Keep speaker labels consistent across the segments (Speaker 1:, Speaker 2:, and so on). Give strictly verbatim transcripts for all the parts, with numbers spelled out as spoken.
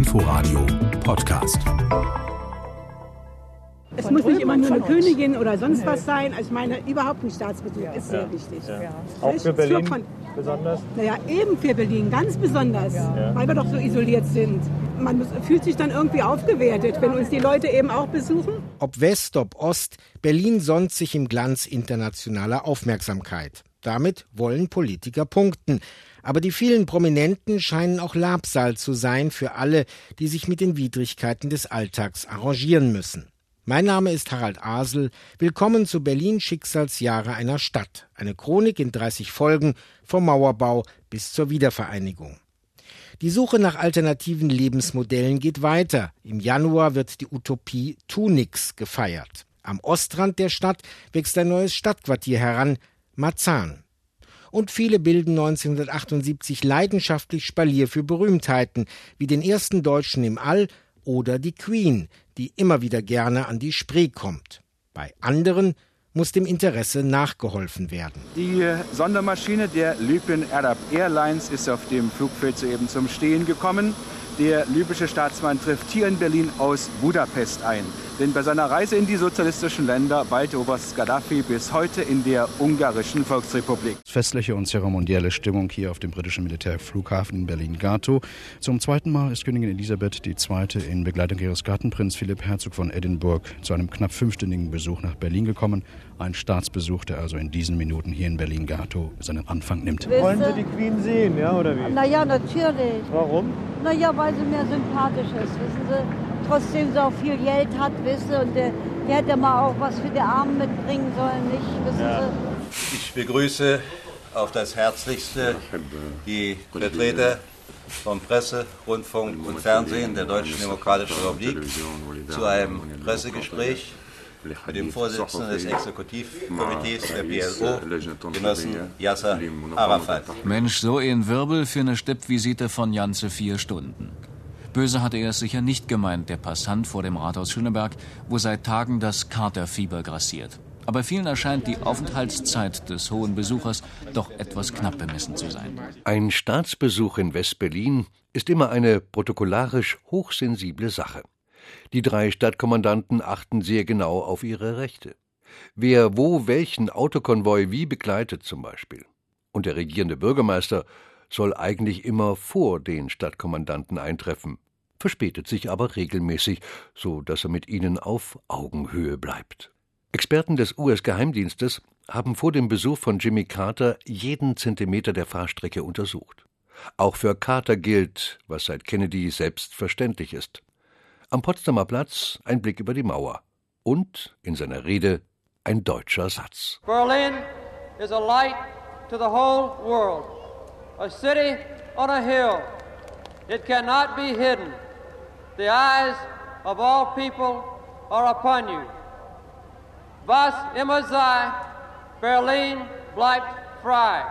Speaker 1: Inforadio Podcast.
Speaker 2: Es muss nicht immer nur eine Königin oder sonst was sein. Also ich meine, überhaupt ein Staatsbesuch ja. ist sehr ja. wichtig. Ja.
Speaker 3: Ja. Auch für Berlin von, besonders?
Speaker 2: Naja, eben für Berlin, ganz besonders, ja. weil wir doch so isoliert sind. Man muss, fühlt sich dann irgendwie aufgewertet, wenn uns die Leute eben auch besuchen.
Speaker 4: Ob West, ob Ost, Berlin sonnt sich im Glanz internationaler Aufmerksamkeit. Damit wollen Politiker punkten. Aber die vielen Prominenten scheinen auch Labsal zu sein für alle, die sich mit den Widrigkeiten des Alltags arrangieren müssen. Mein Name ist Harald Asel. Willkommen zu Berlin Schicksalsjahre einer Stadt. Eine Chronik in dreißig Folgen vom Mauerbau bis zur Wiedervereinigung. Die Suche nach alternativen Lebensmodellen geht weiter. Im Januar wird die Utopie Tunix gefeiert. Am Ostrand der Stadt wächst ein neues Stadtquartier heran, Marzahn. Und viele bilden neunzehnhundertachtundsiebzig leidenschaftlich Spalier für Berühmtheiten, wie den ersten Deutschen im All oder die Queen, die immer wieder gerne an die Spree kommt. Bei anderen muss dem Interesse nachgeholfen werden.
Speaker 5: Die Sondermaschine der Libyen Arab Airlines ist auf dem Flugfeld soeben zum Stehen gekommen. Der libysche Staatsmann trifft hier in Berlin aus Budapest ein. Denn bei seiner Reise in die sozialistischen Länder weilte Oberst Gaddafi bis heute in der ungarischen Volksrepublik.
Speaker 6: Festliche und zeremonielle Stimmung hier auf dem britischen Militärflughafen in Berlin-Gatow. Zum zweiten Mal ist Königin Elisabeth die Zweite in Begleitung ihres Gatten Prinz Philipp Herzog von Edinburgh zu einem knapp fünfstündigen Besuch nach Berlin gekommen. Ein Staatsbesuch, der also in diesen Minuten hier in Berlin-Gatow seinen Anfang nimmt.
Speaker 3: Wollen Sie die Queen sehen, ja, oder wie?
Speaker 7: Na ja, natürlich.
Speaker 3: Warum?
Speaker 7: Na ja, weil sie mir sympathisch ist, wissen Sie. Trotzdem sie auch viel Geld hat, wissen Sie. Und der, der hätte mal auch was für die Armen mitbringen sollen, nicht, wissen ja.
Speaker 8: Sie. Ich begrüße auf das Herzlichste die Vertreter von Presse, Rundfunk und Fernsehen der Deutschen Demokratischen Republik zu einem Pressegespräch mit dem Vorsitzenden des Exekutivkomitees der P L O, Genossen Yasser Arafat.
Speaker 9: Mensch, so ein Wirbel für eine Stippvisite von ganze vier Stunden. Böse hatte er es sicher nicht gemeint, der Passant vor dem Rathaus Schöneberg, wo seit Tagen das Katerfieber grassiert. Aber vielen erscheint die Aufenthaltszeit des hohen Besuchers doch etwas knapp bemessen zu sein.
Speaker 10: Ein Staatsbesuch in West-Berlin ist immer eine protokollarisch hochsensible Sache. Die drei Stadtkommandanten achten sehr genau auf ihre Rechte. Wer wo welchen Autokonvoi wie begleitet zum Beispiel. Und der regierende Bürgermeister soll eigentlich immer vor den Stadtkommandanten eintreffen, verspätet sich aber regelmäßig, so dass er mit ihnen auf Augenhöhe bleibt. Experten des U S-Geheimdienstes haben vor dem Besuch von Jimmy Carter jeden Zentimeter der Fahrstrecke untersucht. Auch für Carter gilt, was seit Kennedy selbstverständlich ist. Am Potsdamer Platz ein Blick über die Mauer und in seiner Rede ein deutscher Satz.
Speaker 11: Berlin is a light to the whole world. A city on a hill. It cannot be hidden. The eyes of all people are upon you. Was immer sei, Berlin bleibt frei.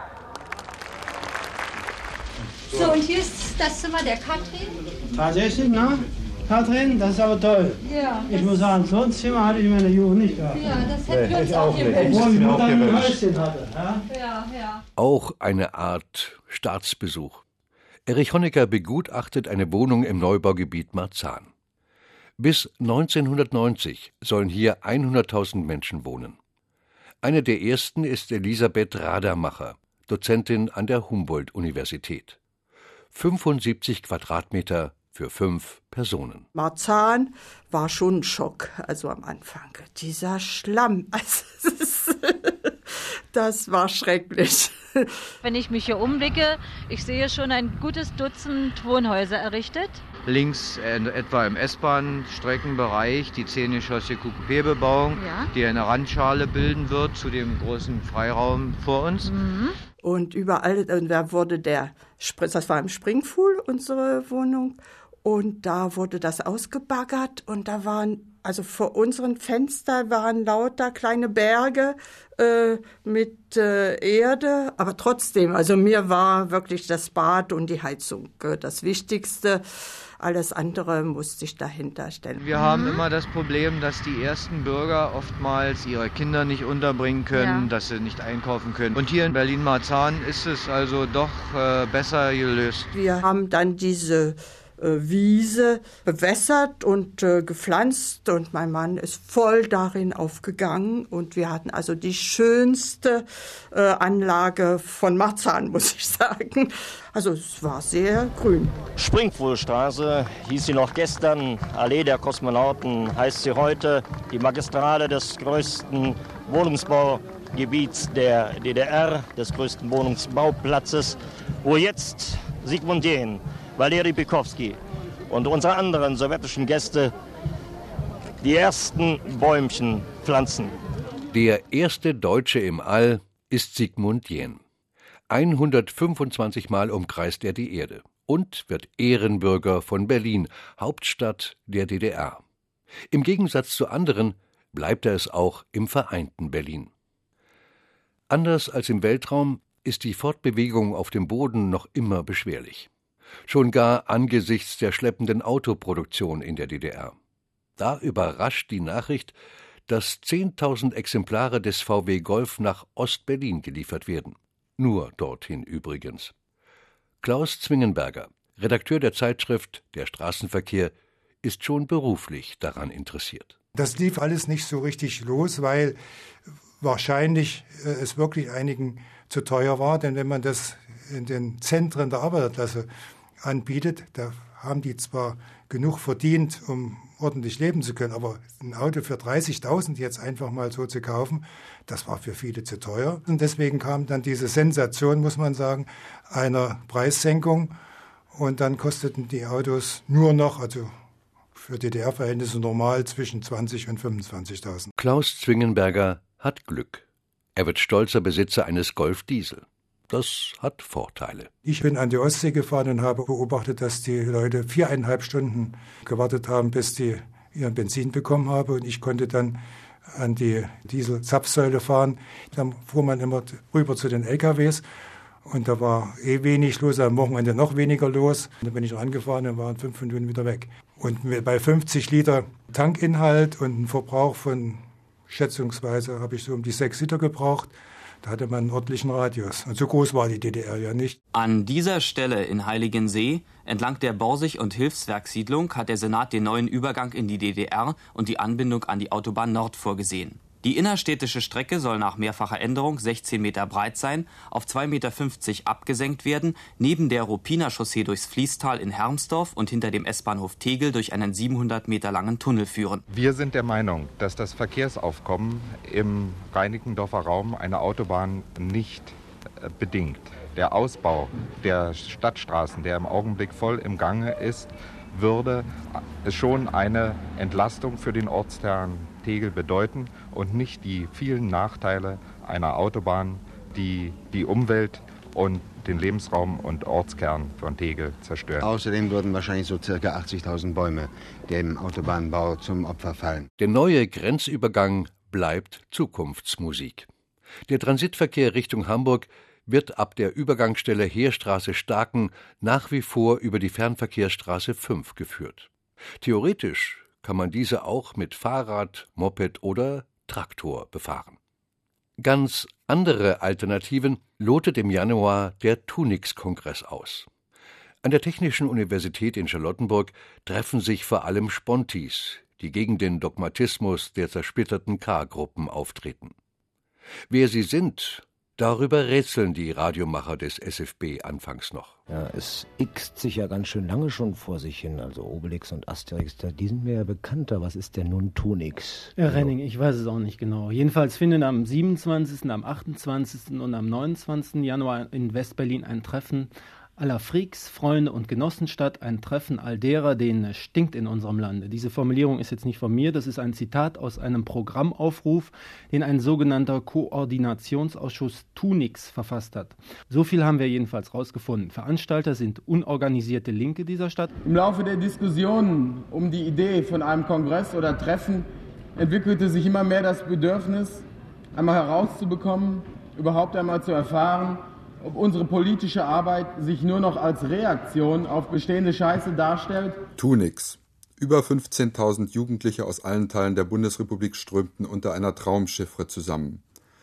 Speaker 12: So, und hier ist das Zimmer der Katrin.
Speaker 13: Tatsächlich, ne? Katrin, das ist aber toll.
Speaker 12: Ja,
Speaker 13: ich muss sagen, so ein Zimmer hatte ich in meiner Jugend nicht gehabt.
Speaker 12: Ja, das hätten wir uns
Speaker 13: auch gewünscht. Obwohl ich Mutter ein Häuschen hatte. Ja?
Speaker 12: Ja, ja.
Speaker 10: Auch eine Art Staatsbesuch. Erich Honecker begutachtet eine Wohnung im Neubaugebiet Marzahn. Bis neunzehnhundertneunzig sollen hier hunderttausend Menschen wohnen. Eine der ersten ist Elisabeth Radermacher, Dozentin an der Humboldt-Universität. fünfundsiebzig Quadratmeter für fünf Personen.
Speaker 14: Marzahn war schon ein Schock, also am Anfang. Dieser Schlamm, also das war schrecklich.
Speaker 15: Wenn ich mich hier umblicke, ich sehe schon ein gutes Dutzend Wohnhäuser errichtet.
Speaker 16: Links äh, etwa im S-Bahn-Streckenbereich die zehn-geschossige Coupé-Bebauung, ja, die eine Randschale bilden wird zu dem großen Freiraum vor uns.
Speaker 14: Mhm. Und überall, und da wurde der, das war im Springfuhl, unsere Wohnung, und da wurde das ausgebaggert und da waren, also vor unseren Fenstern waren lauter kleine Berge äh, mit äh, Erde, aber trotzdem, also mir war wirklich das Bad und die Heizung äh, das Wichtigste. Alles andere musste ich dahinter stellen.
Speaker 16: Wir haben immer das Problem, dass die ersten Bürger oftmals ihre Kinder nicht unterbringen können, ja, dass sie nicht einkaufen können. Und hier in Berlin-Marzahn ist es also doch äh, besser gelöst.
Speaker 14: Wir haben dann diese Wiese bewässert und äh, gepflanzt und mein Mann ist voll darin aufgegangen und wir hatten also die schönste äh, Anlage von Marzahn, muss ich sagen. Also es war sehr grün.
Speaker 17: Springfuhlstraße hieß sie noch gestern, Allee der Kosmonauten heißt sie heute, die Magistrale des größten Wohnungsbaugebiets der D D R, des größten Wohnungsbauplatzes, wo jetzt Sigmund Jähn, Valeri Pikowski und unsere anderen sowjetischen Gäste die ersten Bäumchen pflanzen.
Speaker 10: Der erste Deutsche im All ist Sigmund Jähn. hundertfünfundzwanzig Mal umkreist er die Erde und wird Ehrenbürger von Berlin, Hauptstadt der D D R. Im Gegensatz zu anderen bleibt er es auch im vereinten Berlin. Anders als im Weltraum ist die Fortbewegung auf dem Boden noch immer beschwerlich. Schon gar angesichts der schleppenden Autoproduktion in der D D R. Da überrascht die Nachricht, dass zehntausend Exemplare des V W Golf nach Ost-Berlin geliefert werden. Nur dorthin übrigens. Klaus Zwingenberger, Redakteur der Zeitschrift Der Straßenverkehr, ist schon beruflich daran interessiert.
Speaker 18: Das lief alles nicht so richtig los, weil wahrscheinlich äh, es wirklich einigen zu teuer war. Denn wenn man das in den Zentren der Arbeiterklasse anbietet, da haben die zwar genug verdient, um ordentlich leben zu können, aber ein Auto für dreißigtausend jetzt einfach mal so zu kaufen, das war für viele zu teuer. Und deswegen kam dann diese Sensation, muss man sagen, einer Preissenkung. Und dann kosteten die Autos nur noch, also für D D R-Verhältnisse normal, zwischen zwanzigtausend und fünfundzwanzigtausend.
Speaker 10: Klaus Zwingenberger hat Glück. Er wird stolzer Besitzer eines Golf Diesel. Das hat Vorteile.
Speaker 18: Ich bin an die Ostsee gefahren und habe beobachtet, dass die Leute viereinhalb Stunden gewartet haben, bis die ihren Benzin bekommen haben. Und ich konnte dann an die Diesel-Zapfsäule fahren. Dann fuhr man immer rüber zu den L K Ws. Und da war eh wenig los, am Wochenende noch weniger los. Und dann bin ich rangefahren und waren fünf Minuten wieder weg. Und bei fünfzig Liter Tankinhalt und einem Verbrauch von schätzungsweise habe ich so um die sechs Liter gebraucht. Da hatte man einen ordentlichen Radius. Und so groß war die D D R ja nicht.
Speaker 19: An dieser Stelle in Heiligensee, entlang der Borsig- und Hilfswerkssiedlung, hat der Senat den neuen Übergang in die D D R und die Anbindung an die Autobahn Nord vorgesehen. Die innerstädtische Strecke soll nach mehrfacher Änderung sechzehn Meter breit sein, auf zwei Meter fünfzig abgesenkt werden, neben der Ruppiner Chaussee durchs Fließtal in Hermsdorf und hinter dem S-Bahnhof Tegel durch einen siebenhundert Meter langen Tunnel führen.
Speaker 20: Wir sind der Meinung, dass das Verkehrsaufkommen im Reinickendorfer Raum eine Autobahn nicht äh, bedingt. Der Ausbau der Stadtstraßen, der im Augenblick voll im Gange ist, würde schon eine Entlastung für den Ortskern Tegel bedeuten und nicht die vielen Nachteile einer Autobahn, die die Umwelt und den Lebensraum und Ortskern von Tegel zerstören.
Speaker 21: Außerdem würden wahrscheinlich so circa achtzigtausend Bäume dem Autobahnbau zum Opfer fallen.
Speaker 10: Der neue Grenzübergang bleibt Zukunftsmusik. Der Transitverkehr Richtung Hamburg wird ab der Übergangsstelle Heerstraße-Starken nach wie vor über die Fernverkehrsstraße fünf geführt. Theoretisch kann man diese auch mit Fahrrad, Moped oder Traktor befahren. Ganz andere Alternativen lotet im Januar der Tunix-Kongress aus. An der Technischen Universität in Charlottenburg treffen sich vor allem Spontis, die gegen den Dogmatismus der zersplitterten K-Gruppen auftreten. Wer sie sind, darüber rätseln die Radiomacher des S F B anfangs noch.
Speaker 22: Ja, es ixt sich ja ganz schön lange schon vor sich hin. Also Obelix und Asterix, die sind mir ja bekannter. Was ist denn nun Tunix?
Speaker 23: Herr Renning, ich weiß es auch nicht genau. Jedenfalls findet am siebenundzwanzigsten, am achtundzwanzigsten und am neunundzwanzigsten Januar in Westberlin ein Treffen aller Freaks, Freunde und Genossen statt, ein Treffen all derer, denen es stinkt in unserem Lande. Diese Formulierung ist jetzt nicht von mir, das ist ein Zitat aus einem Programmaufruf, den ein sogenannter Koordinationsausschuss Tunix verfasst hat. So viel haben wir jedenfalls rausgefunden. Veranstalter sind unorganisierte Linke dieser Stadt.
Speaker 24: Im Laufe der Diskussionen um die Idee von einem Kongress oder Treffen entwickelte sich immer mehr das Bedürfnis, einmal herauszubekommen, überhaupt einmal zu erfahren, ob unsere politische Arbeit sich nur noch als Reaktion auf bestehende Scheiße darstellt.
Speaker 25: Tunix. Über fünfzehntausend Jugendliche aus allen Teilen der Bundesrepublik strömten unter einer Traumchiffre zusammen.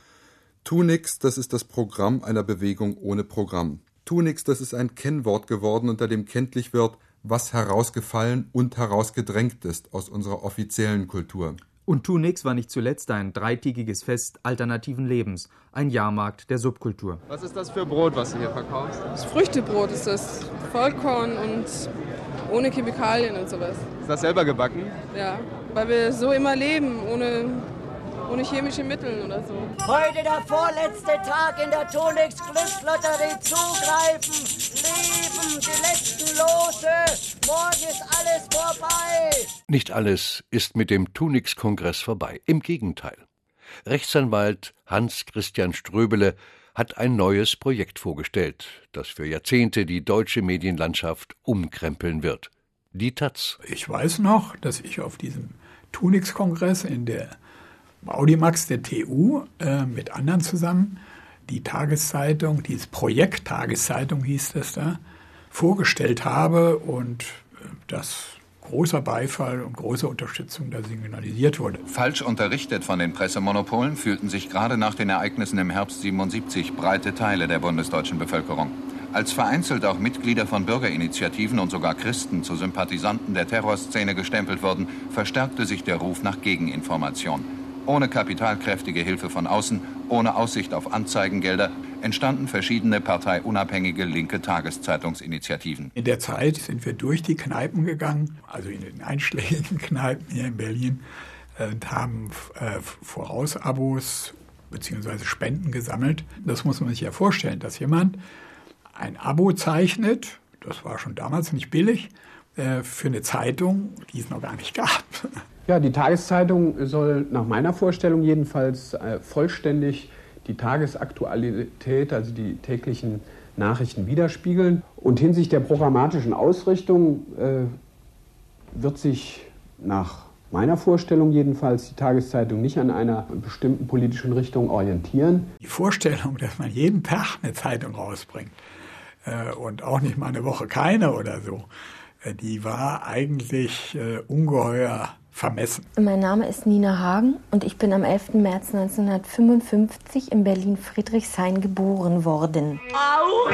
Speaker 25: Tunix, das ist das Programm einer Bewegung ohne Programm. Tunix, das ist ein Kennwort geworden, unter dem kenntlich wird, was herausgefallen und herausgedrängt ist aus unserer offiziellen Kultur.
Speaker 1: Und Tunix war nicht zuletzt ein dreitägiges Fest alternativen Lebens, ein Jahrmarkt der Subkultur.
Speaker 2: Was ist das für Brot, was du hier verkaufst?
Speaker 4: Das Früchtebrot ist das, Vollkorn und ohne Chemikalien und sowas.
Speaker 2: Ist das selber gebacken?
Speaker 4: Ja, weil wir so immer leben, ohne, ohne chemische Mittel oder so.
Speaker 5: Heute der vorletzte Tag in der Tunix Glückslotterie. Zugreifen, leben, die letzten Lose. Morgen ist alles vorbei.
Speaker 10: Nicht alles ist mit dem Tunix-Kongress vorbei. Im Gegenteil. Rechtsanwalt Hans-Christian Ströbele hat ein neues Projekt vorgestellt, das für Jahrzehnte die deutsche Medienlandschaft umkrempeln wird. Die Taz.
Speaker 6: Ich weiß noch, dass ich auf diesem Tunix-Kongress in der Audimax der T U äh, mit anderen zusammen die Tageszeitung, dieses Projekt Tageszeitung hieß das da, vorgestellt habe und dass großer Beifall und große Unterstützung da signalisiert wurde.
Speaker 26: Falsch unterrichtet von den Pressemonopolen fühlten sich gerade nach den Ereignissen im Herbst siebenundsiebzig breite Teile der bundesdeutschen Bevölkerung. Als vereinzelt auch Mitglieder von Bürgerinitiativen und sogar Christen zu Sympathisanten der Terrorszene gestempelt wurden, verstärkte sich der Ruf nach Gegeninformation. Ohne kapitalkräftige Hilfe von außen, ohne Aussicht auf Anzeigengelder, entstanden verschiedene parteiunabhängige linke Tageszeitungsinitiativen.
Speaker 6: In der Zeit sind wir durch die Kneipen gegangen, also in den einschlägigen Kneipen hier in Berlin, und haben äh, Vorausabos bzw. Spenden gesammelt. Das muss man sich ja vorstellen, dass jemand ein Abo zeichnet, das war schon damals nicht billig, äh, für eine Zeitung, die es noch gar nicht gab.
Speaker 24: Ja, die Tageszeitung soll nach meiner Vorstellung jedenfalls äh, vollständig die Tagesaktualität, also die täglichen Nachrichten widerspiegeln. Und hinsichtlich der programmatischen Ausrichtung äh, wird sich nach meiner Vorstellung jedenfalls die Tageszeitung nicht an einer bestimmten politischen Richtung orientieren.
Speaker 6: Die Vorstellung, dass man jeden Tag eine Zeitung rausbringt äh, und auch nicht mal eine Woche keine oder so, äh, die war eigentlich äh, ungeheuer vermessen.
Speaker 27: Mein Name ist Nina Hagen und ich bin am elften März neunzehnhundertfünfundfünfzig in Berlin-Friedrichshain geboren worden.
Speaker 5: Au!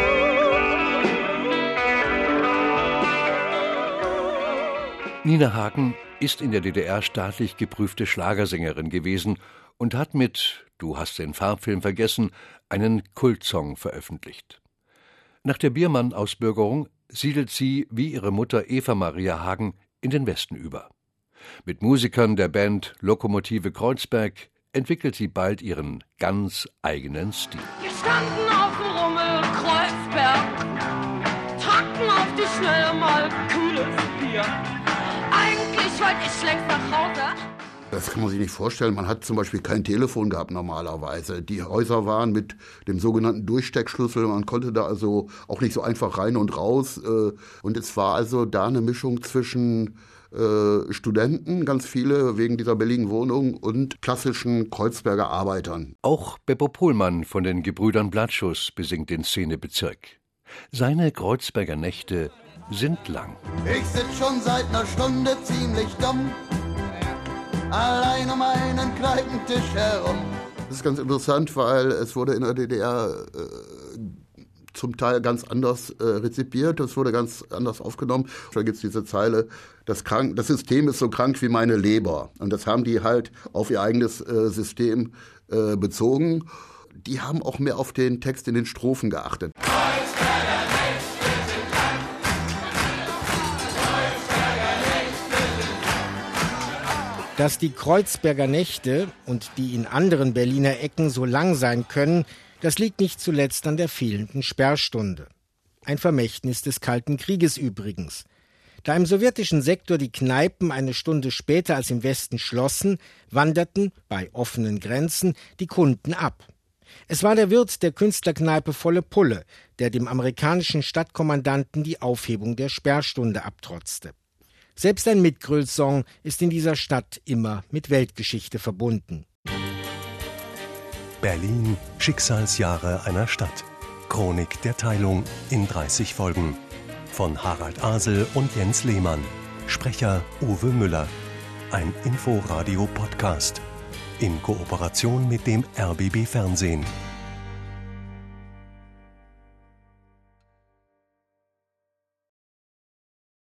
Speaker 10: Nina Hagen ist in der D D R staatlich geprüfte Schlagersängerin gewesen und hat mit »Du hast den Farbfilm vergessen« einen Kultsong veröffentlicht. Nach der Biermann-Ausbürgerung siedelt sie, wie ihre Mutter Eva Maria Hagen, in den Westen über. Mit Musikern der Band Lokomotive Kreuzberg entwickelt sie bald ihren ganz eigenen Stil.
Speaker 5: Wir standen auf dem Rummel Kreuzberg, tranken auf die Schnelle mal kühles Bier. Eigentlich wollte ich längst nach Hause.
Speaker 28: Das kann man sich nicht vorstellen. Man hat zum Beispiel kein Telefon gehabt normalerweise. Die Häuser waren mit dem sogenannten Durchsteckschlüssel. Man konnte da also auch nicht so einfach rein und raus. Und es war also da eine Mischung zwischen Studenten, ganz viele wegen dieser billigen Wohnung, und klassischen Kreuzberger Arbeitern.
Speaker 10: Auch Beppo Pohlmann von den Gebrüdern Blattschuss besingt den Szenebezirk. Seine Kreuzberger Nächte sind lang.
Speaker 29: Ich sitz schon seit einer Stunde ziemlich dumm, allein um einen Kneipentisch herum.
Speaker 28: Das ist ganz interessant, weil es wurde in der D D R äh, zum Teil ganz anders äh, rezipiert, es wurde ganz anders aufgenommen. Da gibt es diese Zeile, das, krank, das System ist so krank wie meine Leber. Und das haben die halt auf ihr eigenes äh, System äh, bezogen. Die haben auch mehr auf den Text in den Strophen geachtet.
Speaker 30: Dass die Kreuzberger Nächte und die in anderen Berliner Ecken so lang sein können, das liegt nicht zuletzt an der fehlenden Sperrstunde. Ein Vermächtnis des Kalten Krieges übrigens. Da im sowjetischen Sektor die Kneipen eine Stunde später als im Westen schlossen, wanderten, bei offenen Grenzen, die Kunden ab. Es war der Wirt der Künstlerkneipe Volle Pulle, der dem amerikanischen Stadtkommandanten die Aufhebung der Sperrstunde abtrotzte. Selbst ein Mitgröl-Song ist in dieser Stadt immer mit Weltgeschichte verbunden.
Speaker 31: Berlin, Schicksalsjahre einer Stadt. Chronik der Teilung in dreißig Folgen. Von Harald Asel und Jens Lehmann. Sprecher Uwe Müller. Ein Info-Radio-Podcast. In Kooperation mit dem R B B Fernsehen.